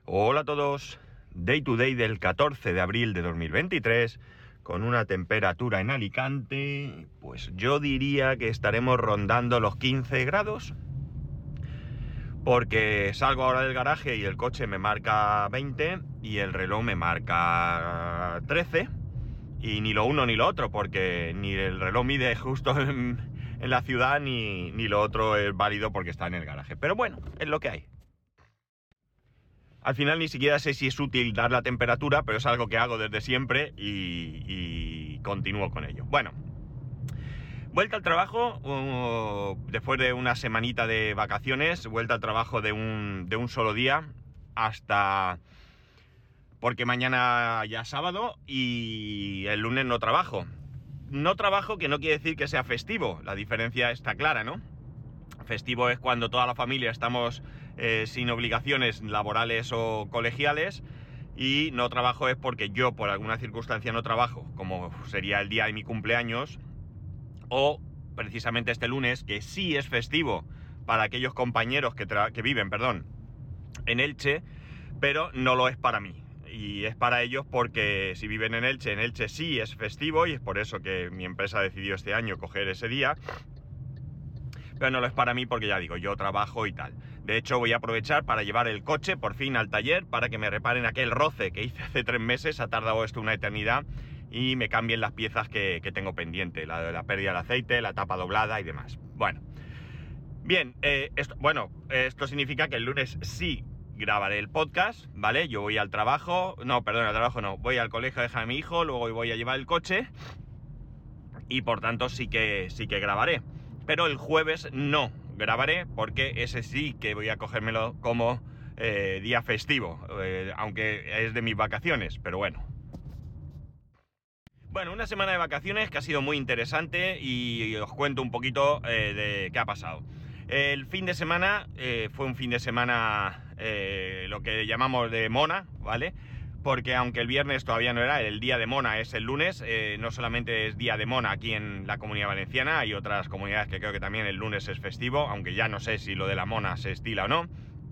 Hola a todos, Day to Day del 14 de abril de 2023, con una temperatura en Alicante, pues yo diría que estaremos rondando los 15 grados, porque salgo ahora del garaje y el coche me marca 20 y el reloj me marca 13, y ni lo uno ni lo otro, porque ni el reloj mide justo en la ciudad, ni lo otro es válido porque está en el garaje. Pero bueno, es lo que hay. Al final ni siquiera sé si es útil dar la temperatura, pero es algo que hago desde siempre y continúo con ello. Bueno, vuelta al trabajo, después de una semanita de vacaciones, vuelta al trabajo de un solo día, porque mañana ya es sábado y el lunes no trabajo. No trabajo, que no quiere decir que sea festivo, la diferencia está clara, ¿no? Festivo es cuando toda la familia estamos sin obligaciones laborales o colegiales, y no trabajo es porque yo por alguna circunstancia no trabajo, como sería el día de mi cumpleaños, o precisamente este lunes, que sí es festivo para aquellos compañeros que viven en Elche, pero no lo es para mí. Y es para ellos porque si viven en Elche sí es festivo, y es por eso que mi empresa decidió este año coger ese día. Pero no lo es para mí porque, ya digo, yo trabajo y tal. De hecho, voy a aprovechar para llevar el coche por fin al taller para que me reparen aquel roce que hice hace 3 meses. Ha tardado esto una eternidad, y me cambien las piezas que tengo pendiente. La pérdida del aceite, la tapa doblada y demás. Bueno, bien, esto significa que el lunes sí grabaré el podcast, ¿vale? Yo voy al trabajo, voy al colegio a dejar a mi hijo, luego voy a llevar el coche y por tanto sí que grabaré. Pero el jueves no grabaré, porque ese sí que voy a cogérmelo como día festivo, aunque es de mis vacaciones, pero bueno. Bueno, una semana de vacaciones que ha sido muy interesante, y os cuento un poquito de qué ha pasado. El fin de semana fue un fin de semana lo que llamamos de mona, ¿vale? Porque aunque el viernes todavía no era, el día de mona es el lunes. No solamente es día de mona aquí en la Comunidad Valenciana, hay otras comunidades que creo que también el lunes es festivo, aunque ya no sé si lo de la mona se estila o no.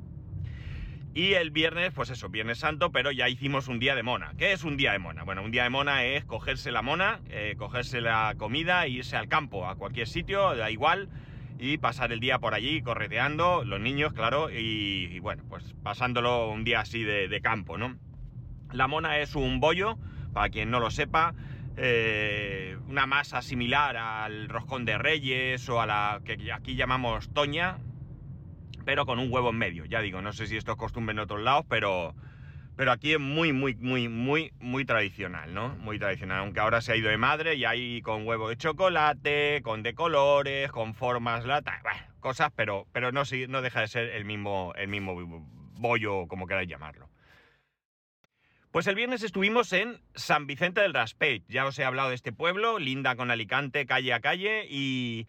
Y el viernes, pues eso, Viernes Santo, pero ya hicimos un día de mona. ¿Qué es un día de mona? Bueno, un día de mona es cogerse la mona, cogerse la comida e irse al campo, a cualquier sitio, da igual, y pasar el día por allí correteando, los niños, claro, y bueno, pues pasándolo un día así de campo, ¿no? La mona es un bollo, para quien no lo sepa, una masa similar al roscón de Reyes o a la que aquí llamamos toña, pero con un huevo en medio. Ya digo, no sé si esto es costumbre en otros lados, pero aquí es muy tradicional, ¿no? Muy tradicional, aunque ahora se ha ido de madre y hay con huevo de chocolate, con de colores, con formas, cosas, pero no deja de ser el mismo bollo, como queráis llamarlo. Pues el viernes estuvimos en San Vicente del Raspeig. Ya os he hablado de este pueblo, linda con Alicante, calle a calle, y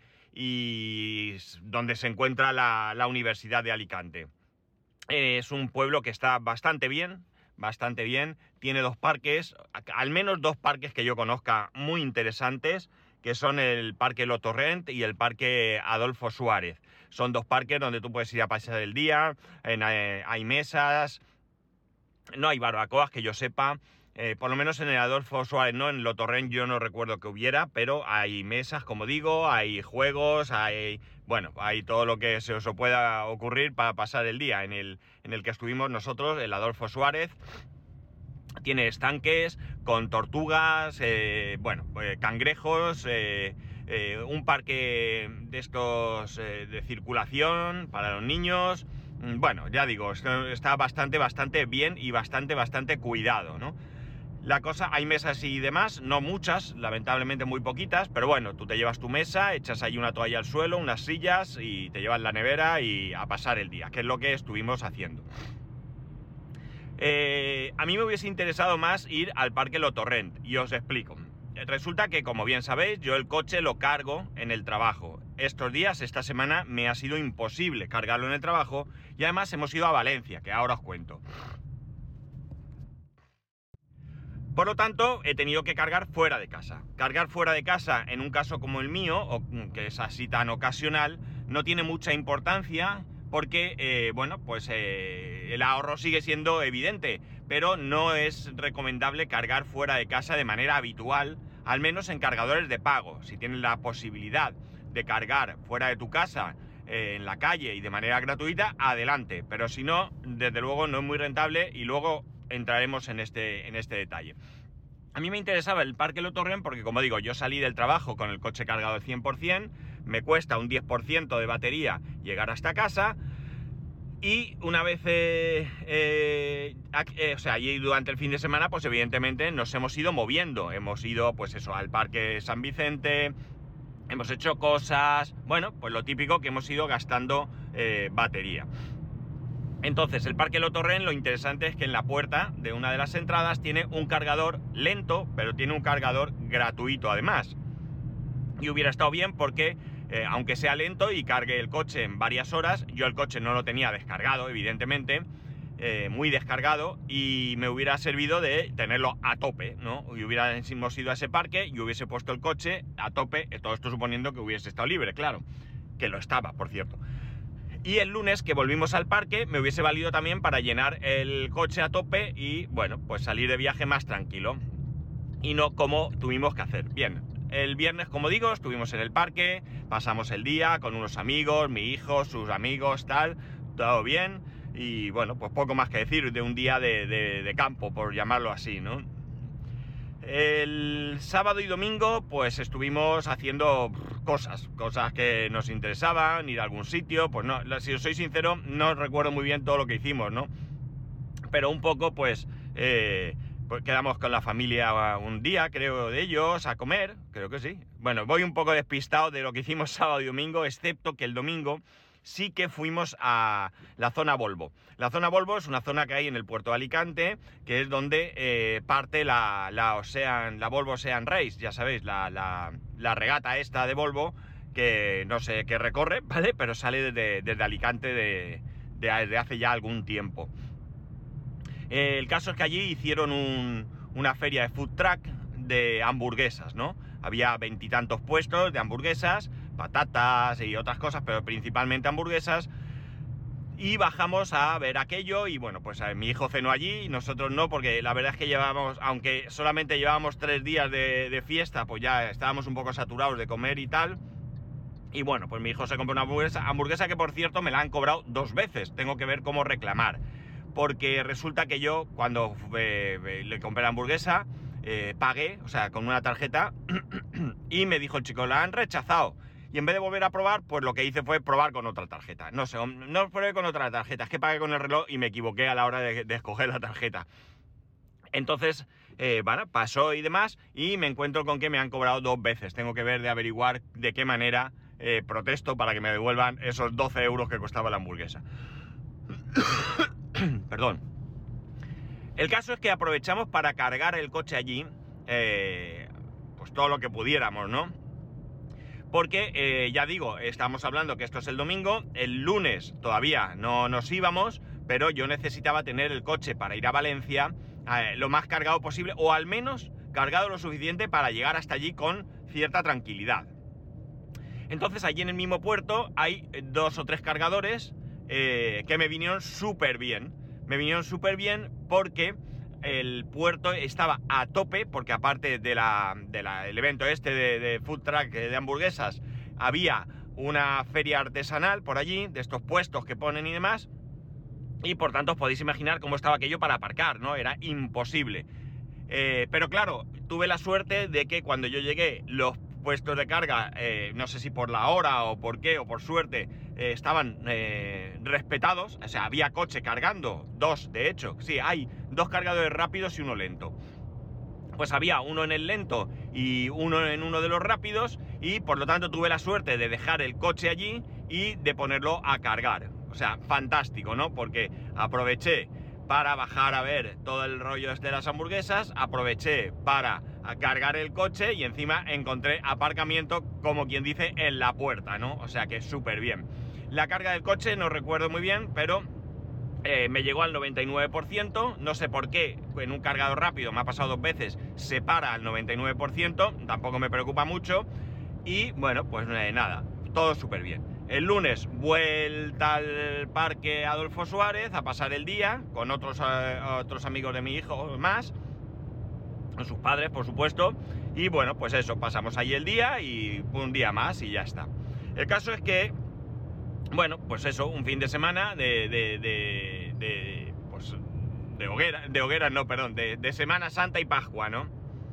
donde se encuentra la Universidad de Alicante. Es un pueblo que está bastante bien, tiene 2 parques, al menos 2 parques que yo conozca muy interesantes, que son el Parque Lo Torrent y el Parque Adolfo Suárez. Son 2 parques donde tú puedes ir a pasar el día, hay mesas, no hay barbacoas que yo sepa. Por lo menos en el Adolfo Suárez no, en Lo Torrent yo no recuerdo que hubiera, pero hay mesas, como digo, hay juegos, hay todo lo que se os pueda ocurrir para pasar el día. En el que estuvimos nosotros, el Adolfo Suárez, tiene estanques con tortugas, cangrejos, un parque de estos de circulación para los niños. Bueno, ya digo, está bastante bien y bastante cuidado, ¿no? La cosa, hay mesas y demás, no muchas, lamentablemente muy poquitas, pero bueno, tú te llevas tu mesa, echas ahí una toalla al suelo, unas sillas, y te llevas la nevera y a pasar el día, que es lo que estuvimos haciendo. A mí me hubiese interesado más ir al Parque Lo Torrent, y os explico. Resulta que, como bien sabéis, yo el coche lo cargo en el trabajo. Estos días, esta semana, me ha sido imposible cargarlo en el trabajo, y además hemos ido a Valencia, que ahora os cuento. Por lo tanto, he tenido que cargar fuera de casa. Cargar fuera de casa, en un caso como el mío, que es así tan ocasional, no tiene mucha importancia, porque, bueno, pues el ahorro sigue siendo evidente, pero no es recomendable cargar fuera de casa de manera habitual, al menos en cargadores de pago. Si tienes la posibilidad de cargar fuera de tu casa, en la calle y de manera gratuita, adelante, pero si no, desde luego no es muy rentable y luego entraremos en este detalle. A mí me interesaba el Parque Le Torrent porque, como digo, yo salí del trabajo con el coche cargado al 100%, me cuesta un 10% de batería llegar hasta casa y una vez, y durante el fin de semana, pues evidentemente nos hemos ido moviendo, hemos ido pues eso, al Parque San Vicente, hemos hecho cosas, bueno, pues lo típico que hemos ido gastando batería. Entonces, el Parque Le Torrent, lo interesante es que en la puerta de una de las entradas tiene un cargador lento, pero tiene un cargador gratuito además. Y hubiera estado bien porque, aunque sea lento y cargue el coche en varias horas, yo el coche no lo tenía descargado, evidentemente, muy descargado, y me hubiera servido de tenerlo a tope, ¿no? Y hubiésemos ido a ese parque y hubiese puesto el coche a tope, todo esto suponiendo que hubiese estado libre, claro, que lo estaba, por cierto. Y el lunes que volvimos al parque me hubiese valido también para llenar el coche a tope y, bueno, pues salir de viaje más tranquilo. Y no como tuvimos que hacer. Bien, el viernes, como digo, estuvimos en el parque, pasamos el día con unos amigos, mi hijo, sus amigos, tal, todo bien. Y bueno, pues poco más que decir de un día de campo, por llamarlo así, ¿no? El sábado y domingo pues estuvimos haciendo cosas que nos interesaban, ir a algún sitio, pues no, si os soy sincero, no recuerdo muy bien todo lo que hicimos, ¿no? Pero un poco pues quedamos con la familia un día, creo, de ellos, a comer, creo que sí. Bueno, voy un poco despistado de lo que hicimos sábado y domingo, excepto que el domingo sí que fuimos a la zona Volvo. La zona Volvo es una zona que hay en el puerto de Alicante, que es donde parte la Volvo Ocean Race, ya sabéis, la regata esta de Volvo, que no sé qué recorre, ¿vale? Pero sale desde Alicante desde hace ya algún tiempo. El caso es que allí hicieron una feria de food truck de hamburguesas, ¿no? Había 20 y tantos puestos de hamburguesas, patatas y otras cosas, pero principalmente hamburguesas. Y bajamos a ver aquello y bueno, pues mi hijo cenó allí y nosotros no, porque la verdad es que aunque solamente llevábamos 3 días de fiesta, pues ya estábamos un poco saturados de comer y tal. Y bueno, pues mi hijo se compró una hamburguesa que, por cierto, me la han cobrado 2 veces. Tengo que ver cómo reclamar. Porque resulta que yo, cuando le compré la hamburguesa, pagué, o sea, con una tarjeta, y me dijo el chico, la han rechazado. Y en vez de volver a probar, pues lo que hice fue probar con otra tarjeta. No sé, no probé con otra tarjeta, es que pagué con el reloj y me equivoqué a la hora de escoger la tarjeta. Entonces, bueno, pasó y demás, y me encuentro con que me han cobrado 2 veces. Tengo que ver de averiguar de qué manera protesto para que me devuelvan esos 12 euros que costaba la hamburguesa. Perdón. El caso es que aprovechamos para cargar el coche allí, pues todo lo que pudiéramos, ¿no? Porque, ya digo, estamos hablando que esto es el domingo, el lunes todavía no nos íbamos, pero yo necesitaba tener el coche para ir a Valencia lo más cargado posible, o al menos cargado lo suficiente para llegar hasta allí con cierta tranquilidad. Entonces allí en el mismo puerto hay 2 o 3 cargadores que me vinieron súper bien. Me vinieron súper bien porque el puerto estaba a tope, porque aparte del evento este de food truck de hamburguesas, había una feria artesanal por allí, de estos puestos que ponen y demás, y por tanto os podéis imaginar cómo estaba aquello para aparcar, ¿no? Era imposible. Pero claro, tuve la suerte de que cuando yo llegué, los puestos de carga, no sé si por la hora o por qué, o por suerte, estaban respetados. O sea, había coche cargando, 2 de hecho, sí, hay 2 cargadores rápidos y uno lento. Pues había uno en el lento y uno en uno de los rápidos, y por lo tanto tuve la suerte de dejar el coche allí y de ponerlo a cargar. O sea, fantástico, ¿no? Porque aproveché para bajar a ver todo el rollo de las hamburguesas, aproveché para cargar el coche y encima encontré aparcamiento, como quien dice, en la puerta, ¿no? O sea que súper bien. La carga del coche no recuerdo muy bien, pero me llegó al 99%, no sé por qué, en un cargador rápido, me ha pasado 2 veces, se para al 99%, tampoco me preocupa mucho, y bueno, pues nada, todo súper bien. El lunes vuelta al Parque Adolfo Suárez a pasar el día con otros amigos de mi hijo más, con sus padres, por supuesto, y bueno, pues eso, pasamos ahí el día y un día más y ya está. El caso es que, bueno, pues eso, un fin de semana de Semana Santa y Pascua, ¿no?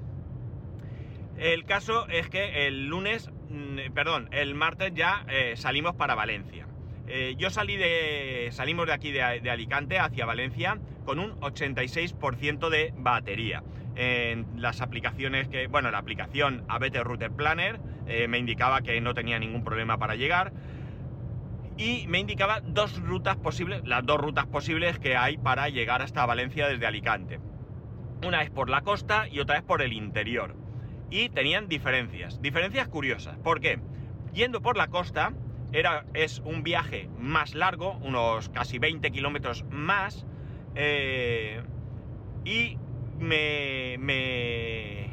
El caso es que el martes ya salimos para Valencia. Salimos de aquí de Alicante hacia Valencia con un 86% de batería. En las aplicaciones la aplicación ABT Router Planner me indicaba que no tenía ningún problema para llegar. Y me indicaba las dos rutas posibles que hay para llegar hasta Valencia desde Alicante. Una es por la costa y otra es por el interior. Y tenían diferencias curiosas. ¿Por qué? Yendo por la costa es un viaje más largo, unos casi 20 kilómetros más, y me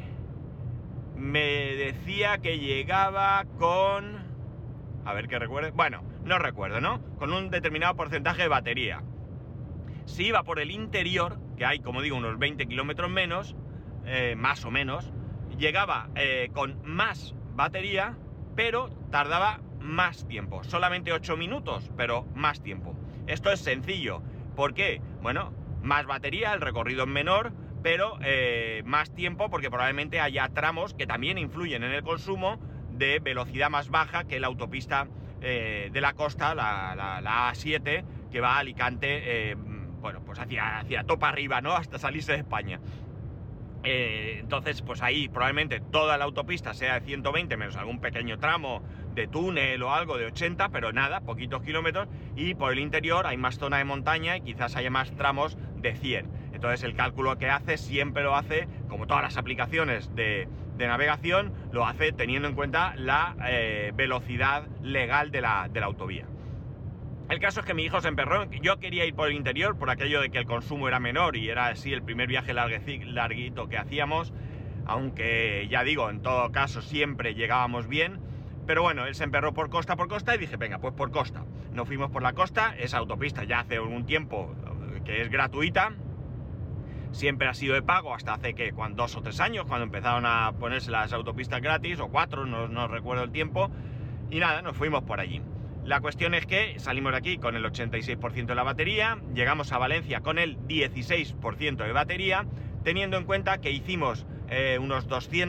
decía que llegaba con... A ver que recuerde... Bueno, no recuerdo, ¿no? Con un determinado porcentaje de batería. Si iba por el interior, que hay, como digo, unos 20 kilómetros menos, más o menos, llegaba con más batería, pero tardaba más tiempo. Solamente 8 minutos, pero más tiempo. Esto es sencillo. ¿Por qué? Bueno, más batería, el recorrido es menor, pero más tiempo, porque probablemente haya tramos que también influyen en el consumo de velocidad más baja que la autopista de la costa, la A7, que va a Alicante, pues hacia topa arriba, ¿no? Hasta salirse de España. Entonces, pues ahí probablemente toda la autopista sea de 120, menos algún pequeño tramo de túnel o algo de 80, pero nada, poquitos kilómetros, y por el interior hay más zona de montaña y quizás haya más tramos de 100. Entonces el cálculo que hace siempre lo hace, como todas las aplicaciones de navegación, lo hace teniendo en cuenta la velocidad legal de la autovía. El caso es que mi hijo se emperró. Yo quería ir por el interior por aquello de que el consumo era menor y era así el primer viaje larguito que hacíamos, aunque ya digo, en todo caso siempre llegábamos bien. Pero bueno, él se emperró por costa y dije, venga, pues por costa. Nos fuimos por la costa. Esa autopista ya hace algún tiempo que es gratuita. Siempre ha sido de pago hasta hace 2 o 3 años, cuando empezaron a ponerse las autopistas gratis, o 4, no recuerdo el tiempo. Y nada, nos fuimos por allí. La cuestión es que salimos de aquí con el 86% de la batería, llegamos a Valencia con el 16% de batería, teniendo en cuenta que hicimos unos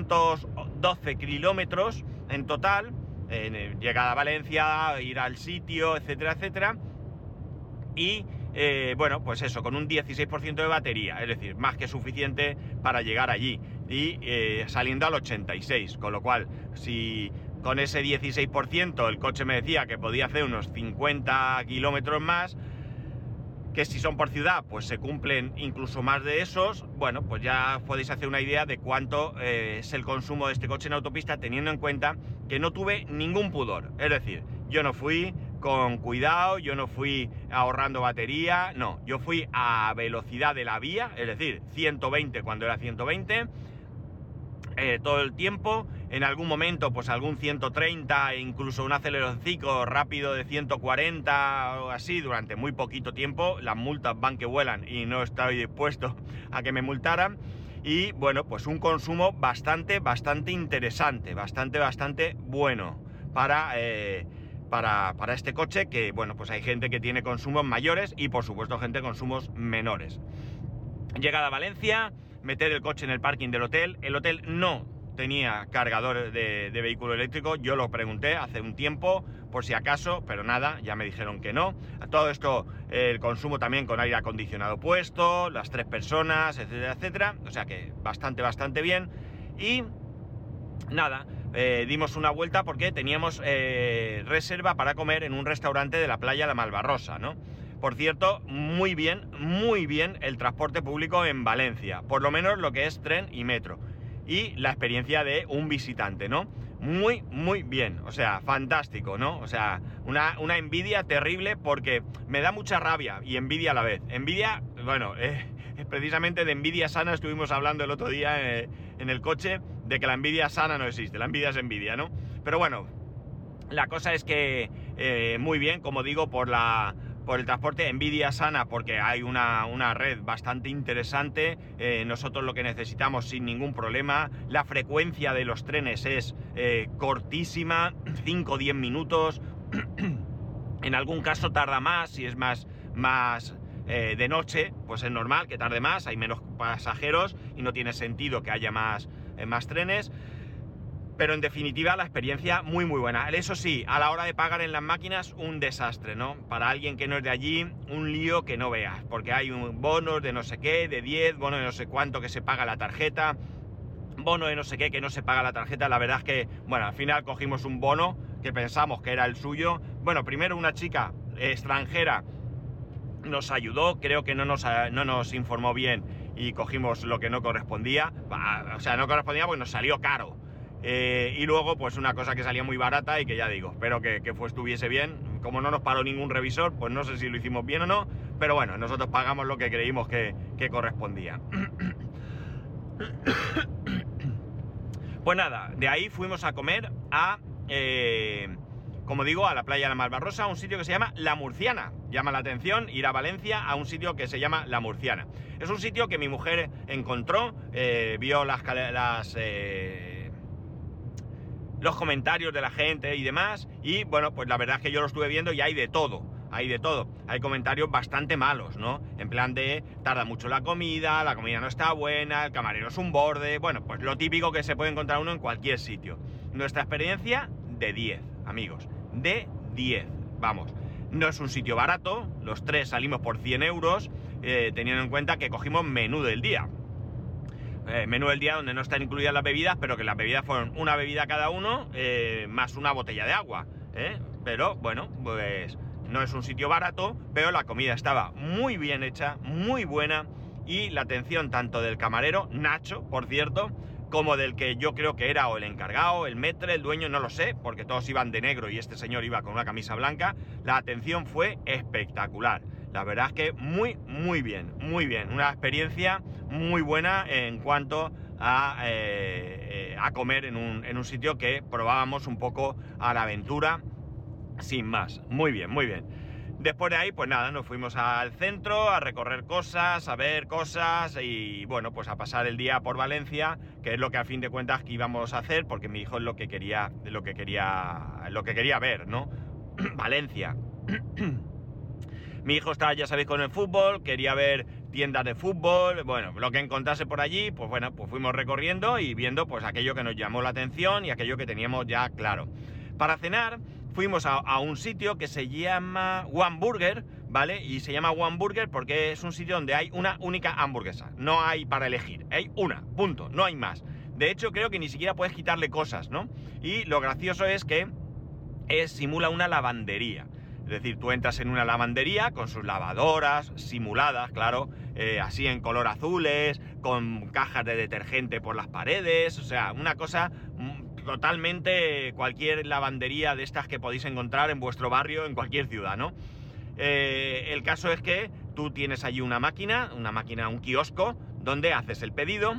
212 kilómetros en total, llegada a Valencia, ir al sitio, etcétera, etcétera, y bueno, pues eso, con un 16% de batería, es decir, más que suficiente para llegar allí, y saliendo al 86%, con lo cual, si con ese 16% el coche me decía que podía hacer unos 50 kilómetros más, que si son por ciudad, pues se cumplen incluso más de esos. Bueno, pues ya podéis hacer una idea de cuánto es el consumo de este coche en autopista, teniendo en cuenta que no tuve ningún pudor. Es decir, yo no fui con cuidado, yo no fui ahorrando batería, no, yo fui a velocidad de la vía, es decir, 120 cuando era 120, todo el tiempo. En algún momento pues algún 130 e incluso un aceleroncito rápido de 140 o así durante muy poquito tiempo. Las multas van que vuelan y no estoy dispuesto a que me multaran. Y bueno, pues un consumo bastante interesante, bastante bueno para este coche, que bueno, pues hay gente que tiene consumos mayores y por supuesto gente con consumos menores. Llegada a Valencia, meter el coche en el parking del hotel. El hotel no tenía cargador de vehículo eléctrico. Yo lo pregunté hace un tiempo por si acaso, pero nada, ya me dijeron que no. Todo esto, el consumo también con aire acondicionado puesto, las 3 personas, etcétera, etcétera. O sea que bastante bien. Y nada, dimos una vuelta porque teníamos reserva para comer en un restaurante de la playa La Malvarrosa, ¿no? Por cierto, muy bien el transporte público en Valencia, por lo menos lo que es tren y metro. Y la experiencia de un visitante, ¿no? Muy bien, o sea, fantástico, ¿no? O sea, una envidia terrible, porque me da mucha rabia y envidia a la vez. Envidia, bueno, precisamente de envidia sana estuvimos hablando el otro día en el coche, de que la envidia sana no existe, la envidia es envidia, ¿no? Pero bueno, La cosa es que muy bien, como digo, por el transporte, envidia sana, porque hay una red bastante interesante. Nosotros lo que necesitamos sin ningún problema. La frecuencia de los trenes es cortísima, 5 o 10 minutos. En algún caso tarda más, si es más de noche, pues es normal que tarde más, hay menos pasajeros y no tiene sentido que haya más trenes. Pero en definitiva la experiencia muy buena. Eso sí, a la hora de pagar en las máquinas un desastre, ¿no? Para alguien que no es de allí, un lío que no veas, porque hay un bono de no sé qué, de 10, bono de no sé cuánto que se paga la tarjeta, bono de no sé qué que no se paga la tarjeta. La verdad es que, bueno, al final cogimos un bono que pensamos que era el suyo. Bueno, primero una chica extranjera nos ayudó, creo que no nos informó bien y cogimos lo que no correspondía. O sea, no correspondía porque nos salió caro. Y luego, pues una cosa que salía muy barata y que ya digo, espero que estuviese bien. Como no nos paró ningún revisor, pues no sé si lo hicimos bien o no, pero bueno, nosotros pagamos lo que creímos que correspondía. Pues nada, de ahí fuimos a comer como digo, a la playa de la Malvarrosa, un sitio que se llama La Murciana. Llama la atención ir a Valencia a un sitio que se llama La Murciana. Es un sitio que mi mujer encontró, vio los comentarios de la gente y demás, y bueno, pues la verdad es que yo lo estuve viendo y hay de todo. Hay comentarios bastante malos, ¿no? En plan de tarda mucho la comida no está buena, el camarero es un borde. Bueno, pues lo típico que se puede encontrar uno en cualquier sitio. Nuestra experiencia de 10, amigos, de 10, vamos. No es un sitio barato, los tres salimos por 100 euros, teniendo en cuenta que cogimos menú del día. Menú del día donde no están incluidas las bebidas, pero que las bebidas fueron una bebida cada uno, más una botella de agua. Pero bueno, pues no es un sitio barato, pero la comida estaba muy bien hecha, muy buena, y la atención tanto del camarero, Nacho, por cierto, como del que yo creo que era o el encargado, el maître, el dueño, no lo sé, porque todos iban de negro y este señor iba con una camisa blanca. La atención fue espectacular. La verdad es que muy bien, una experiencia muy buena en cuanto a comer en un sitio que probábamos un poco a la aventura, sin más. Muy bien. Después de ahí, pues nada, nos fuimos al centro a recorrer cosas, a ver cosas y bueno, pues a pasar el día por Valencia, que es lo que a fin de cuentas que íbamos a hacer, porque mi hijo es lo que quería ver, ¿no? Valencia. Mi hijo estaba, ya sabéis, con el fútbol, quería ver tiendas de fútbol, bueno, lo que encontrase por allí, pues bueno, pues fuimos recorriendo y viendo pues aquello que nos llamó la atención y aquello que teníamos ya claro. Para cenar fuimos a un sitio que se llama One Burger, ¿vale? Y se llama One Burger porque es un sitio donde hay una única hamburguesa, no hay para elegir, hay una, punto, no hay más. De hecho, creo que ni siquiera puedes quitarle cosas, ¿no? Y lo gracioso es que simula una lavandería. Es decir, tú entras en una lavandería con sus lavadoras simuladas, claro, así en color azules, con cajas de detergente por las paredes, o sea, una cosa totalmente cualquier lavandería de estas que podéis encontrar en vuestro barrio, en cualquier ciudad, ¿no? El caso es que tú tienes allí una máquina, un kiosco, donde haces el pedido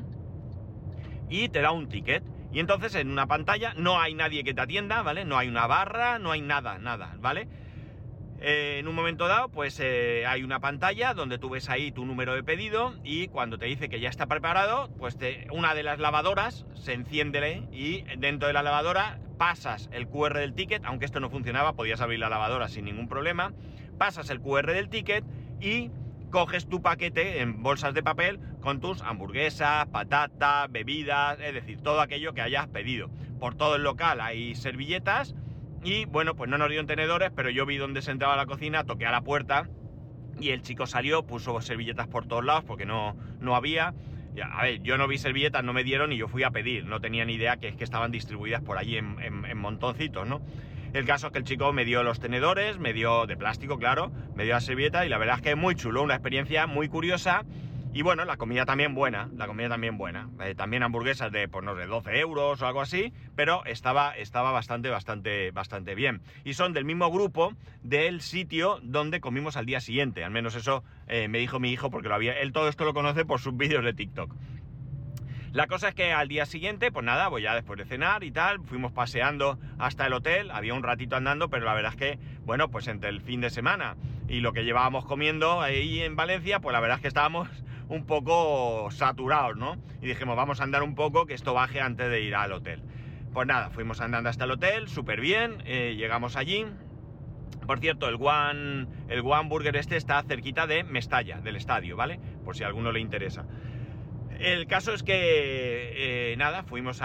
y te da un ticket. Y entonces en una pantalla no hay nadie que te atienda, ¿vale? No hay una barra, no hay nada, ¿vale? En un momento dado, pues hay una pantalla donde tú ves ahí tu número de pedido y cuando te dice que ya está preparado, pues una de las lavadoras se enciende y dentro de la lavadora pasas el QR del ticket, aunque esto no funcionaba, podías abrir la lavadora sin ningún problema, pasas el QR del ticket y coges tu paquete en bolsas de papel con tus hamburguesas, patatas, bebidas, es decir, todo aquello que hayas pedido. Por todo el local hay servilletas. Y bueno, pues no nos dieron tenedores, pero yo vi dónde se entraba a la cocina, toqué a la puerta y el chico salió, puso servilletas por todos lados porque no había. A ver, yo no vi servilletas, no me dieron y yo fui a pedir, no tenía ni idea que estaban distribuidas por allí en montoncitos, ¿no? El caso es que el chico me dio los tenedores, me dio de plástico, claro, me dio la servilleta y la verdad es que es muy chulo, una experiencia muy curiosa. Y bueno, la comida también buena. También hamburguesas de, pues no sé, 12 euros o algo así, pero estaba bastante bien. Y son del mismo grupo del sitio donde comimos al día siguiente. Al menos eso me dijo mi hijo porque él todo esto lo conoce por sus vídeos de TikTok. La cosa es que al día siguiente, pues nada, pues ya después de cenar y tal, fuimos paseando hasta el hotel, había un ratito andando, pero la verdad es que, bueno, pues entre el fin de semana y lo que llevábamos comiendo ahí en Valencia, pues la verdad es que estábamos un poco saturados, ¿no? Y dijimos, vamos a andar un poco, que esto baje antes de ir al hotel. Pues nada, fuimos andando hasta el hotel, súper bien, llegamos allí. Por cierto, el One Burger este está cerquita de Mestalla, del estadio, ¿vale? Por si a alguno le interesa. El caso es que, nada, fuimos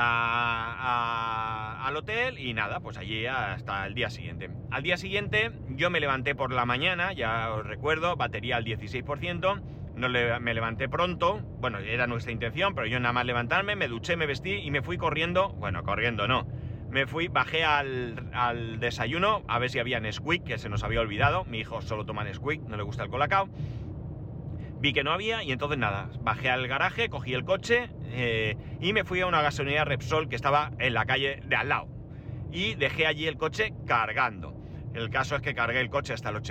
al hotel y nada, pues allí hasta el día siguiente. Al día siguiente yo me levanté por la mañana, ya os recuerdo, batería al 16%, me levanté pronto, bueno, era nuestra intención, pero yo nada más levantarme, me duché, me vestí y me fui corriendo, bueno, corriendo no, bajé al desayuno a ver si había Nesquik, que se nos había olvidado, mi hijo solo toma Nesquik, no le gusta el Colacao. Vi que no había y entonces nada, bajé al garaje, cogí el coche y me fui a una gasolinera Repsol que estaba en la calle de al lado. Y dejé allí el coche cargando. El caso es que cargué el coche hasta el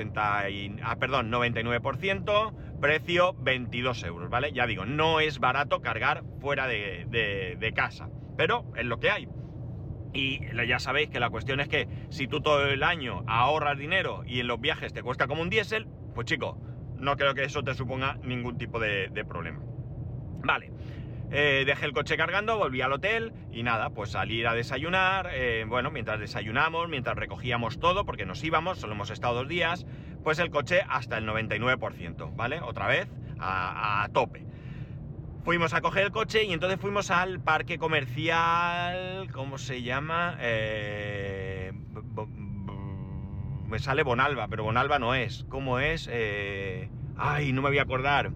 99%, precio 22 euros, ¿vale? Ya digo, no es barato cargar fuera de casa, pero es lo que hay. Y ya sabéis que la cuestión es que si tú todo el año ahorras dinero y en los viajes te cuesta como un diésel, pues chico, no creo que eso te suponga ningún tipo de problema. Vale, dejé el coche cargando, volví al hotel y nada, pues salir a desayunar. Bueno, mientras desayunamos, mientras recogíamos todo, porque nos íbamos, solo hemos estado 2 días, pues el coche hasta el 99%, ¿vale? Otra vez a tope. Fuimos a coger el coche y entonces fuimos al parque comercial, ¿cómo se llama? Me sale Bonalba, pero Bonalba no es. ¿Cómo es? Ay, no me voy a acordar.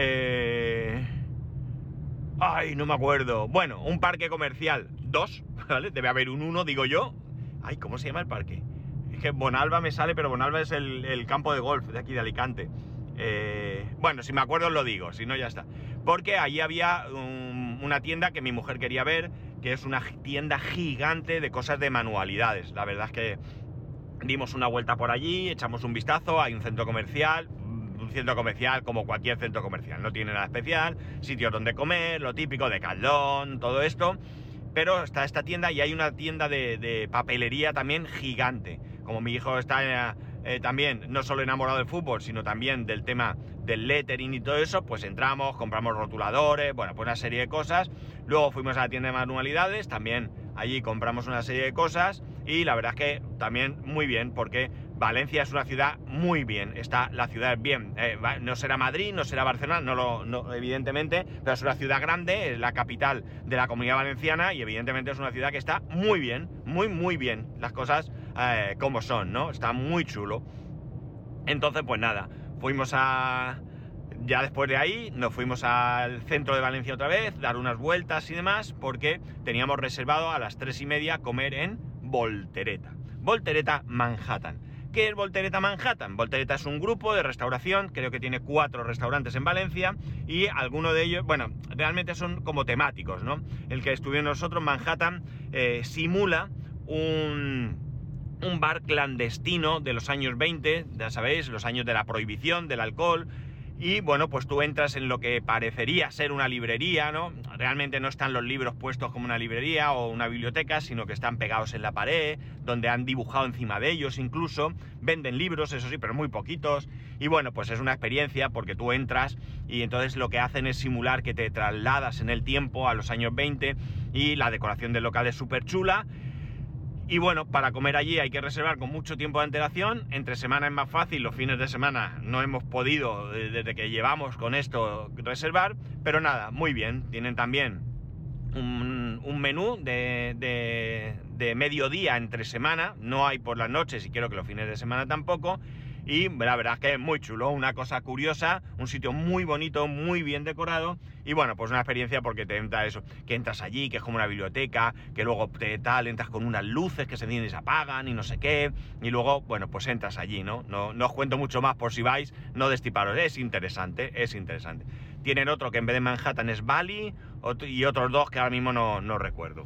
Ay, no me acuerdo. Bueno, un parque comercial 2, ¿vale? Debe haber un 1, digo yo. Ay, ¿cómo se llama el parque? Es que Bonalba me sale, pero Bonalba es el campo de golf de aquí de Alicante. Bueno, si me acuerdo os lo digo, si no ya está. Porque allí había una tienda que mi mujer quería ver, que es una tienda gigante de cosas de manualidades. La verdad es que dimos una vuelta por allí, echamos un vistazo, hay un centro comercial como cualquier centro comercial, no tiene nada especial, sitios donde comer, lo típico de Caldón, todo esto, pero está esta tienda y hay una tienda de papelería también gigante. Como mi hijo está también no solo enamorado del fútbol, sino también del tema del lettering y todo eso, pues entramos, compramos rotuladores, bueno, pues una serie de cosas. Luego fuimos a la tienda de manualidades, también allí compramos una serie de cosas y la verdad es que también muy bien, porque Valencia es una ciudad muy bien, está la ciudad bien, no será Madrid, no será Barcelona, no, evidentemente, pero es una ciudad grande, es la capital de la Comunidad Valenciana y evidentemente es una ciudad que está muy bien, muy bien, las cosas como son, ¿no? Está muy chulo. Entonces, pues nada, ya después de ahí nos fuimos al centro de Valencia otra vez, dar unas vueltas y demás, porque teníamos reservado a las 3:30 comer en Voltereta Manhattan. ¿Qué es Voltereta Manhattan? Voltereta es un grupo de restauración, creo que tiene 4 restaurantes en Valencia y alguno de ellos, bueno, realmente son como temáticos, ¿no? El que estuvimos nosotros, Manhattan, simula un bar clandestino de los años 20, ya sabéis, los años de la prohibición del alcohol. Y bueno, pues tú entras en lo que parecería ser una librería, ¿no? Realmente no están los libros puestos como una librería o una biblioteca, sino que están pegados en la pared, donde han dibujado encima de ellos incluso. Venden libros, eso sí, pero muy poquitos. Y bueno, pues es una experiencia porque tú entras y entonces lo que hacen es simular que te trasladas en el tiempo a los años 20 y la decoración del local es súper chula. Y bueno, para comer allí hay que reservar con mucho tiempo de antelación. Entre semana es más fácil, los fines de semana no hemos podido, desde que llevamos con esto, reservar. Pero nada, muy bien. Tienen también un menú de mediodía entre semana. No hay por las noches y creo que los fines de semana tampoco. Y la verdad es que es muy chulo, una cosa curiosa, un sitio muy bonito, muy bien decorado. Y bueno, pues una experiencia porque te entra eso, que entras allí, que es como una biblioteca, que luego entras con unas luces que se encienden y se apagan y no sé qué. Y luego, bueno, pues entras allí, ¿no? No os cuento mucho más por si vais, no destiparos. Es interesante. Tienen otro que en vez de Manhattan es Bali y otros 2 que ahora mismo no recuerdo.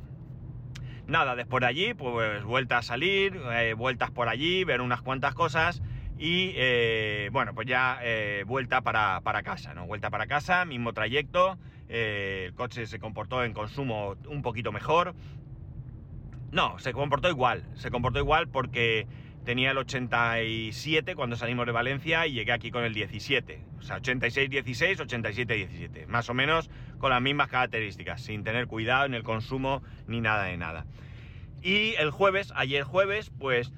Nada, después de allí, pues vuelta a salir, vueltas por allí, ver unas cuantas cosas. y bueno, pues ya vuelta para casa, ¿no? Vuelta para casa, mismo trayecto, el coche se comportó en consumo un poquito mejor. No, se comportó igual porque tenía el 87 cuando salimos de Valencia y llegué aquí con el 17. O sea, 86-16, 87-17. Más o menos con las mismas características, sin tener cuidado en el consumo ni nada de nada. Y el jueves, ayer jueves, pues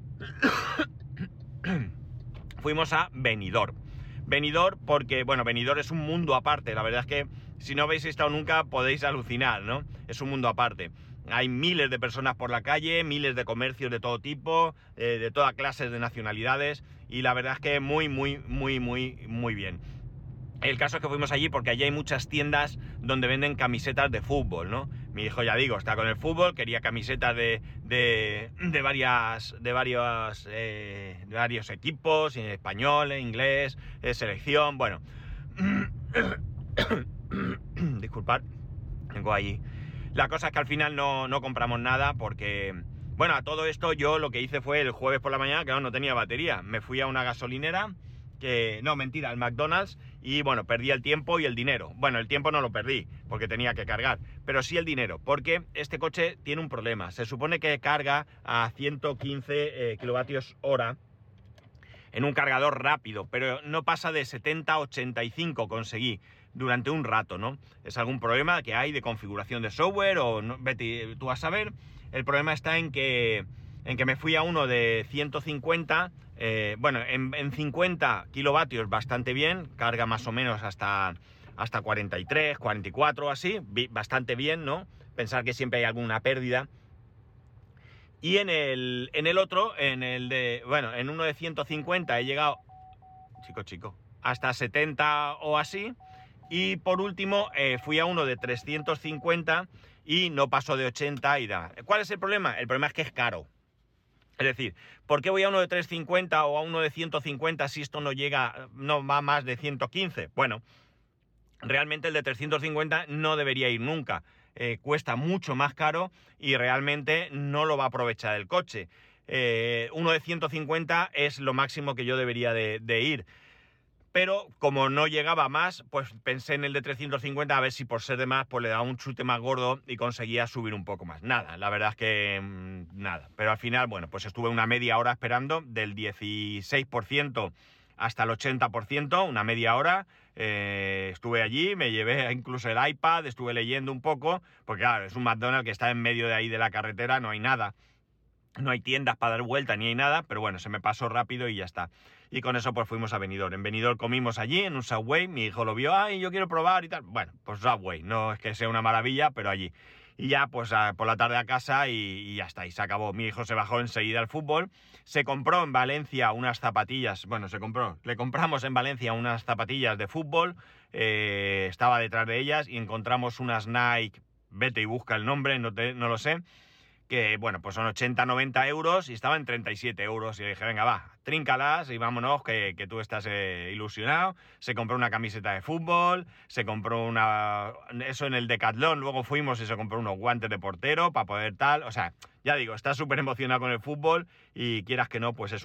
fuimos a Benidorm. Benidorm porque, bueno, Benidorm es un mundo aparte. La verdad es que si no habéis estado nunca podéis alucinar, ¿no? Es un mundo aparte. Hay miles de personas por la calle, miles de comercios de todo tipo, de todas clases de nacionalidades, y la verdad es que muy bien. El caso es que fuimos allí porque allí hay muchas tiendas donde venden camisetas de fútbol, ¿no? Mi hijo, ya digo, está con el fútbol, quería camisetas de varios equipos, español, inglés, selección, bueno. Disculpad, tengo ahí. La cosa es que al final no compramos nada porque... Bueno, a todo esto yo lo que hice fue el jueves por la mañana, que no tenía batería. Me fui a una gasolinera, al McDonald's, y bueno, perdí el tiempo y el dinero. Bueno, el tiempo no lo perdí, porque tenía que cargar, pero sí el dinero, porque este coche tiene un problema. Se supone que carga a 115 kilovatios hora en un cargador rápido, pero no pasa de 70-85 conseguí durante un rato, ¿no? Es algún problema que hay de configuración de software o no, vete tú a saber. El problema está en que me fui a uno de 150, en 50 kilovatios bastante bien, carga más o menos hasta 43, 44 así, bastante bien, ¿no? Pensar que siempre hay alguna pérdida. Y en el otro, en uno de 150 he llegado, chico, hasta 70 o así. Y por último, fui a uno de 350 y no pasó de 80 y da. ¿Cuál es el problema? El problema es que es caro. Es decir, ¿por qué voy a uno de 350 o a uno de 150 si esto no va más de 115? Bueno, realmente el de 350 no debería ir nunca. Cuesta mucho más caro y realmente no lo va a aprovechar el coche. Uno de 150 es lo máximo que yo debería de ir. Pero como no llegaba más, pues pensé en el de 350 a ver si por ser de más pues le daba un chute más gordo y conseguía subir un poco más. Nada, la verdad es que nada. Pero al final, bueno, pues estuve una media hora esperando, del 16% hasta el 80%, una media hora. Estuve allí, me llevé incluso el iPad, estuve leyendo un poco, porque claro, es un McDonald's que está en medio de ahí de la carretera, no hay nada. No hay tiendas para dar vuelta ni hay nada, pero bueno, se me pasó rápido y ya está. Y con eso pues fuimos a Benidorm. En Benidorm comimos allí, en un Subway, mi hijo lo vio, ¡ay, yo quiero probar y tal! Bueno, pues Subway, no es que sea una maravilla, pero allí. Y ya pues por la tarde a casa y ya está, y se acabó. Mi hijo se bajó enseguida al fútbol, se compró en Valencia unas zapatillas, le compramos en Valencia unas zapatillas de fútbol, estaba detrás de ellas y encontramos unas Nike, vete y busca el nombre, no lo sé, que bueno, pues son 80-90 euros y estaban 37 euros. Y dije, venga, va, tríncalas y vámonos, que tú estás ilusionado. Se compró una camiseta de fútbol, se compró eso en el Decathlon, luego fuimos y se compró unos guantes de portero para poder tal. O sea, ya digo, está súper emocionado con el fútbol y quieras que no, pues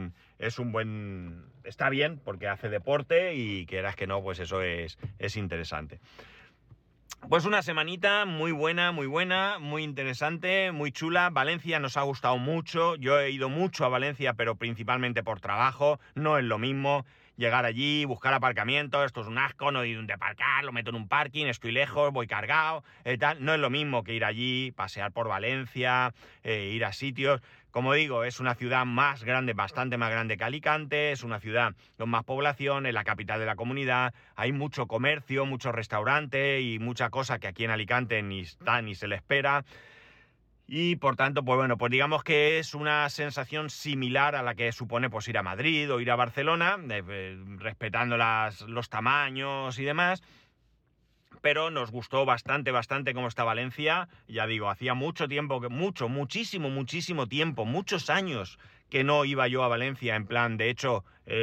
está bien porque hace deporte y quieras que no, pues eso es interesante. Pues una semanita muy buena, muy interesante, muy chula. Valencia nos ha gustado mucho. Yo he ido mucho a Valencia, pero principalmente por trabajo. No es lo mismo llegar allí, buscar aparcamiento. Esto es un asco, no hay donde aparcar, lo meto en un parking, estoy lejos, voy cargado, tal. No es lo mismo que ir allí, pasear por Valencia, ir a sitios. Como digo, es una ciudad más grande, bastante más grande que Alicante, es una ciudad con más población, es la capital de la comunidad, hay mucho comercio, muchos restaurantes y mucha cosa que aquí en Alicante ni está ni se le espera. Y por tanto, pues bueno, pues digamos que es una sensación similar a la que supone pues ir a Madrid o ir a Barcelona, respetando los tamaños y demás. Pero nos gustó bastante cómo está Valencia. Ya digo, hacía mucho tiempo, muchísimo tiempo, muchos años que no iba yo a Valencia, en plan, de hecho,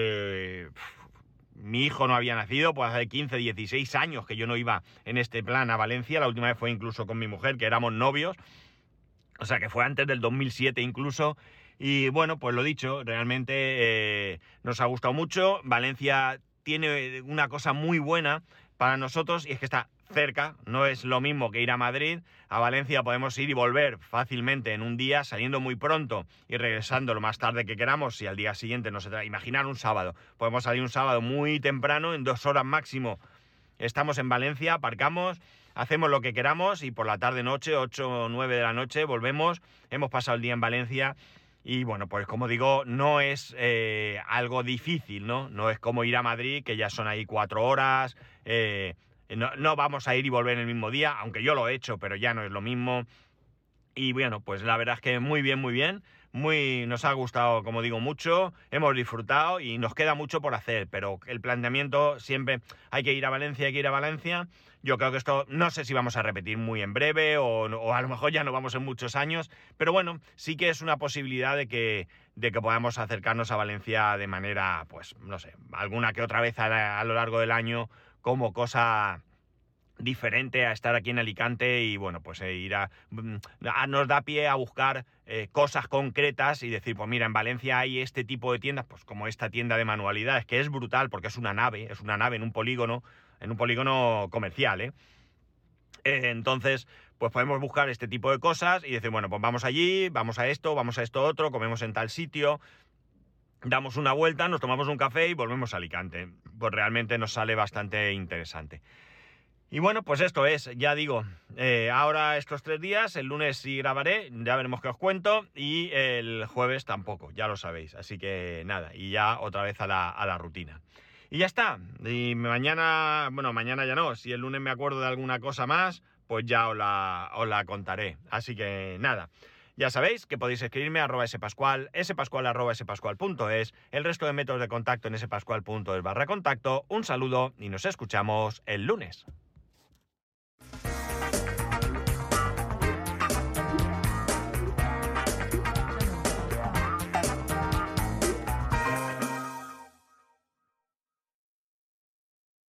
mi hijo no había nacido, pues hace 15, 16 años que yo no iba en este plan a Valencia. La última vez fue incluso con mi mujer, que éramos novios, o sea que fue antes del 2007 incluso. Y bueno, pues lo dicho, realmente nos ha gustado mucho. Valencia tiene una cosa muy buena para nosotros y es que está cerca, no es lo mismo que ir a Madrid. A Valencia podemos ir y volver fácilmente en un día, saliendo muy pronto y regresando lo más tarde que queramos. Si al día siguiente no se trata, imaginar un sábado, podemos salir un sábado muy temprano, en 2 horas máximo estamos en Valencia, aparcamos, hacemos lo que queramos y por la tarde-noche, 8 o 9 de la noche, volvemos. Hemos pasado el día en Valencia y bueno, pues como digo, no es algo difícil, ¿no? No es como ir a Madrid, que ya son ahí 4 horas, no vamos a ir y volver en el mismo día, aunque yo lo he hecho, pero ya no es lo mismo. Y bueno, pues la verdad es que muy bien, muy bien. Nos ha gustado, como digo, mucho, hemos disfrutado y nos queda mucho por hacer, pero el planteamiento siempre hay que ir a Valencia, hay que ir a Valencia. Yo creo que esto no sé si vamos a repetir muy en breve o a lo mejor ya no vamos en muchos años, pero bueno, sí que es una posibilidad de que podamos acercarnos a Valencia de manera, pues no sé, alguna que otra vez a lo largo del año como cosa diferente a estar aquí en Alicante y bueno, pues nos da pie a buscar cosas concretas y decir, pues mira, en Valencia hay este tipo de tiendas, pues como esta tienda de manualidades, que es brutal porque es una nave en un polígono comercial, ¿eh? Entonces, pues podemos buscar este tipo de cosas y decir, bueno, pues vamos allí, vamos a esto otro, comemos en tal sitio, damos una vuelta, nos tomamos un café y volvemos a Alicante. Pues realmente nos sale bastante interesante. Y bueno, pues esto es, ya digo, ahora estos 3 días, el lunes sí grabaré, ya veremos qué os cuento, y el jueves tampoco, ya lo sabéis, así que nada, y ya otra vez a la rutina. Y ya está, y mañana ya no, si el lunes me acuerdo de alguna cosa más, pues ya os la contaré, así que nada. Ya sabéis que podéis escribirme a @spascual, spascual@spascual.es, el resto de métodos de contacto en spascual.es/contacto. Un saludo y nos escuchamos el lunes.